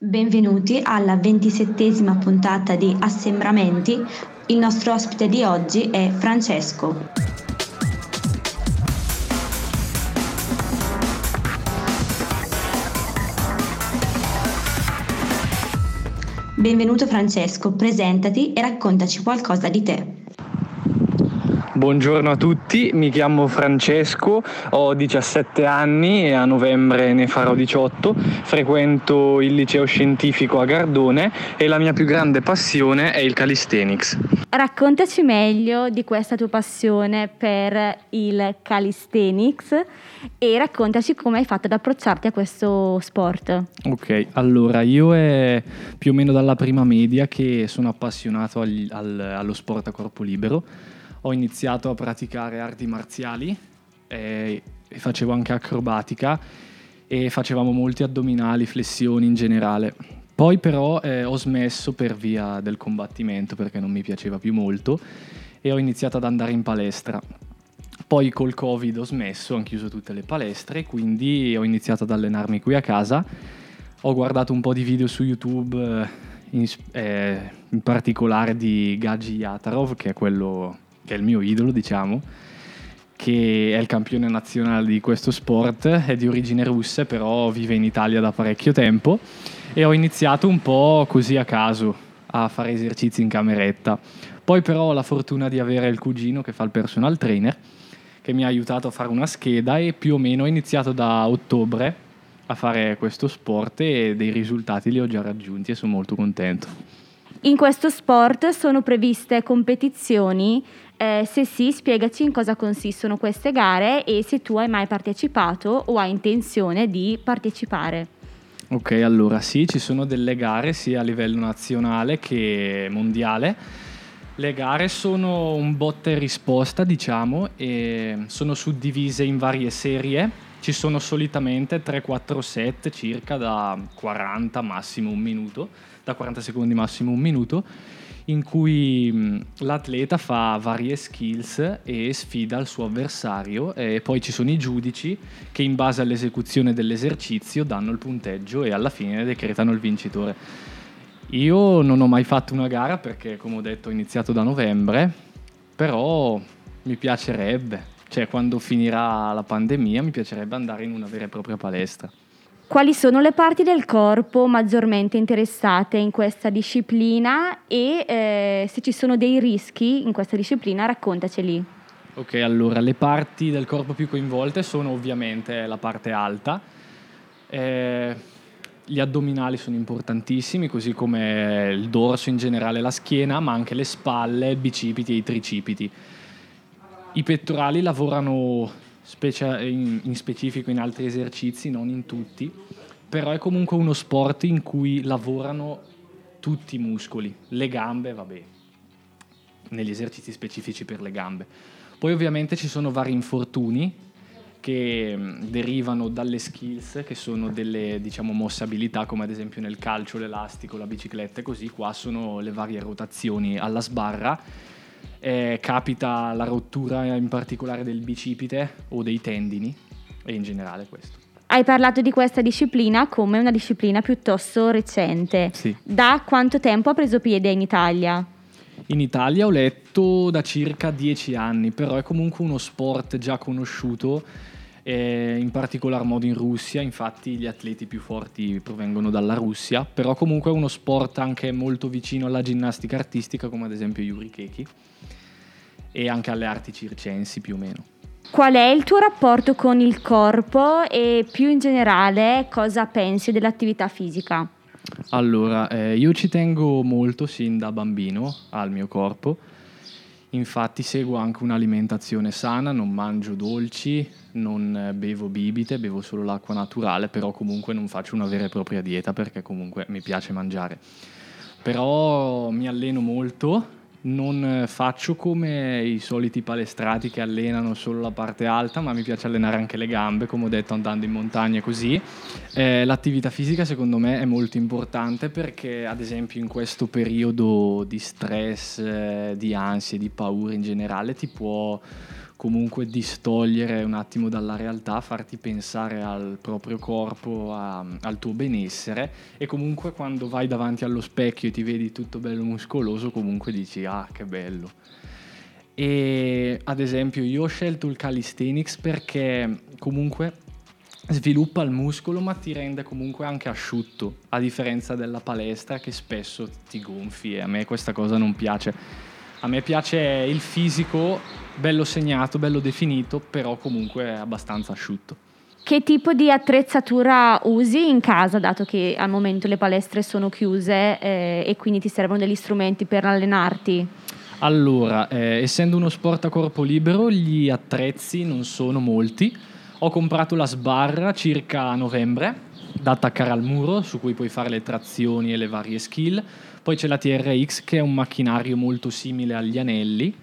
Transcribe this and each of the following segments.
Benvenuti alla 27ª puntata di Assembramenti. Il nostro ospite di oggi è Francesco. Benvenuto Francesco, presentati e raccontaci qualcosa di te. Buongiorno a tutti, mi chiamo Francesco, ho 17 anni e a novembre ne farò 18, frequento il liceo scientifico a Gardone e la mia più grande passione è il calisthenics. Raccontaci meglio di questa tua passione per il calisthenics e raccontaci come hai fatto ad approcciarti a questo sport. Ok, allora io è più o meno dalla prima media che sono appassionato allo sport a corpo libero. Ho iniziato a praticare arti marziali e facevo anche acrobatica e facevamo molti addominali, flessioni in generale. Poi però ho smesso per via del combattimento perché non mi piaceva più molto e ho iniziato ad andare in palestra. Poi col Covid ho smesso, hanno chiuso tutte le palestre, quindi ho iniziato ad allenarmi qui a casa. Ho guardato un po' di video su YouTube, in particolare di Gagi Yatarov, che è il mio idolo, diciamo, che è il campione nazionale di questo sport, è di origini russe, però vive in Italia da parecchio tempo, e ho iniziato un po' così a caso a fare esercizi in cameretta. Poi però ho la fortuna di avere il cugino che fa il personal trainer, che mi ha aiutato a fare una scheda e più o meno ho iniziato da ottobre a fare questo sport e dei risultati li ho già raggiunti e sono molto contento. In questo sport sono previste competizioni? Se sì, spiegaci in cosa consistono queste gare e se tu hai mai partecipato o hai intenzione di partecipare. Ok, allora sì, ci sono delle gare sia a livello nazionale che mondiale. Le gare sono un botta e risposta, diciamo, e sono suddivise in varie serie. Ci sono solitamente 3-4 set circa da 40 massimo un minuto, da 40 secondi massimo un minuto, in cui l'atleta fa varie skills e sfida il suo avversario, e poi ci sono i giudici che in base all'esecuzione dell'esercizio danno il punteggio e alla fine decretano il vincitore. Io non ho mai fatto una gara perché, come ho detto, ho iniziato da novembre, però mi piacerebbe, cioè quando finirà la pandemia mi piacerebbe andare in una vera e propria palestra. Quali sono le parti del corpo maggiormente interessate in questa disciplina e se ci sono dei rischi in questa disciplina, raccontaceli. Ok, allora le parti del corpo più coinvolte sono ovviamente la parte alta. Gli addominali sono importantissimi, così come il dorso in generale, la schiena, ma anche le spalle, i bicipiti e i tricipiti. I pettorali lavorano in specifico in altri esercizi, non in tutti, però è comunque uno sport in cui lavorano tutti i muscoli, le gambe, vabbè, negli esercizi specifici per le gambe. Poi ovviamente ci sono vari infortuni che derivano dalle skills, che sono delle, diciamo, mosse abilità, come ad esempio nel calcio l'elastico, la bicicletta e così. Qua sono le varie rotazioni alla sbarra. Capita la rottura in particolare del bicipite o dei tendini e in generale questo. Hai parlato di questa disciplina come una disciplina piuttosto recente. Sì. Da quanto tempo ha preso piede in Italia? In Italia ho letto da circa 10 anni, però è comunque uno sport già conosciuto, in particolar modo in Russia. Infatti gli atleti più forti provengono dalla Russia, però comunque è uno sport anche molto vicino alla ginnastica artistica, come ad esempio Yuri Keki, e anche alle arti circensi più o meno. Qual è il tuo rapporto con il corpo e più in generale cosa pensi dell'attività fisica? Allora, io ci tengo molto sin da bambino al mio corpo, infatti seguo anche un'alimentazione sana, non mangio dolci, non bevo bibite, bevo solo l'acqua naturale, però comunque non faccio una vera e propria dieta perché comunque mi piace mangiare. Però mi alleno molto. Non faccio come i soliti palestrati che allenano solo la parte alta, ma mi piace allenare anche le gambe, come ho detto, andando in montagna e così. L'attività fisica secondo me è molto importante perché, ad esempio, in questo periodo di stress, di ansie, di paure in generale, ti può comunque distogliere un attimo dalla realtà, farti pensare al proprio corpo, al tuo benessere, e comunque quando vai davanti allo specchio e ti vedi tutto bello muscoloso, comunque dici ah, che bello. E ad esempio io ho scelto il calisthenics perché comunque sviluppa il muscolo ma ti rende comunque anche asciutto, a differenza della palestra che spesso ti gonfi, e a me questa cosa non piace. A me piace il fisico bello segnato, bello definito, però comunque abbastanza asciutto. Che tipo di attrezzatura usi in casa, dato che al momento le palestre sono chiuse e quindi ti servono degli strumenti per allenarti? Allora, essendo uno sport a corpo libero, gli attrezzi non sono molti. Ho comprato la sbarra circa a novembre, da attaccare al muro, su cui puoi fare le trazioni e le varie skill. Poi c'è la TRX, che è un macchinario molto simile agli anelli,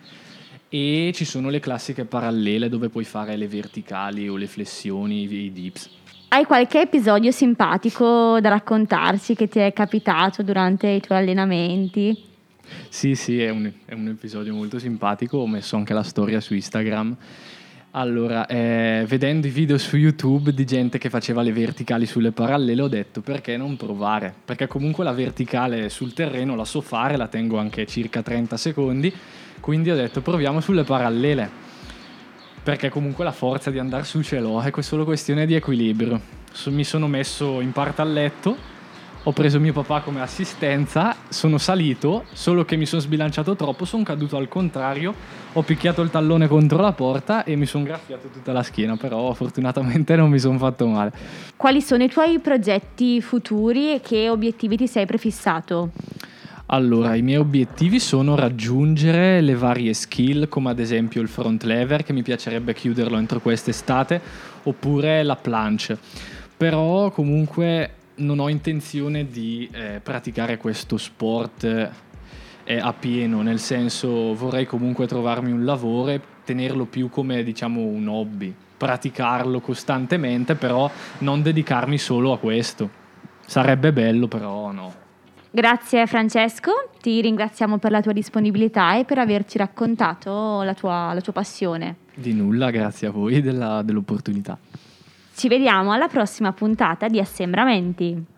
e ci sono le classiche parallele dove puoi fare le verticali o le flessioni, i dips. Hai qualche episodio simpatico da raccontarci che ti è capitato durante i tuoi allenamenti? Sì, è un episodio molto simpatico, ho messo anche la storia su Instagram. Allora, vedendo i video su YouTube di gente che faceva le verticali sulle parallele, ho detto perché non provare? Perché comunque la verticale sul terreno la so fare, la tengo anche circa 30 secondi, quindi ho detto proviamo sulle parallele, perché comunque la forza di andare su ce l'ho, è solo questione di equilibrio. Mi sono messo in parte al letto, ho preso mio papà come assistenza, sono salito, solo che mi sono sbilanciato troppo, sono caduto al contrario, ho picchiato il tallone contro la porta e mi sono graffiato tutta la schiena, però fortunatamente non mi sono fatto male. Quali sono i tuoi progetti futuri e che obiettivi ti sei prefissato? Allora, i miei obiettivi sono raggiungere le varie skill, come ad esempio il front lever, che mi piacerebbe chiuderlo entro quest'estate, oppure la planche. Però comunque non ho intenzione di praticare questo sport a pieno, nel senso vorrei comunque trovarmi un lavoro e tenerlo più come, diciamo, un hobby, praticarlo costantemente, però non dedicarmi solo a questo. Sarebbe bello, però no. Grazie Francesco, ti ringraziamo per la tua disponibilità e per averci raccontato la tua passione. Di nulla, grazie a voi dell'opportunità. Ci vediamo alla prossima puntata di Assembramenti.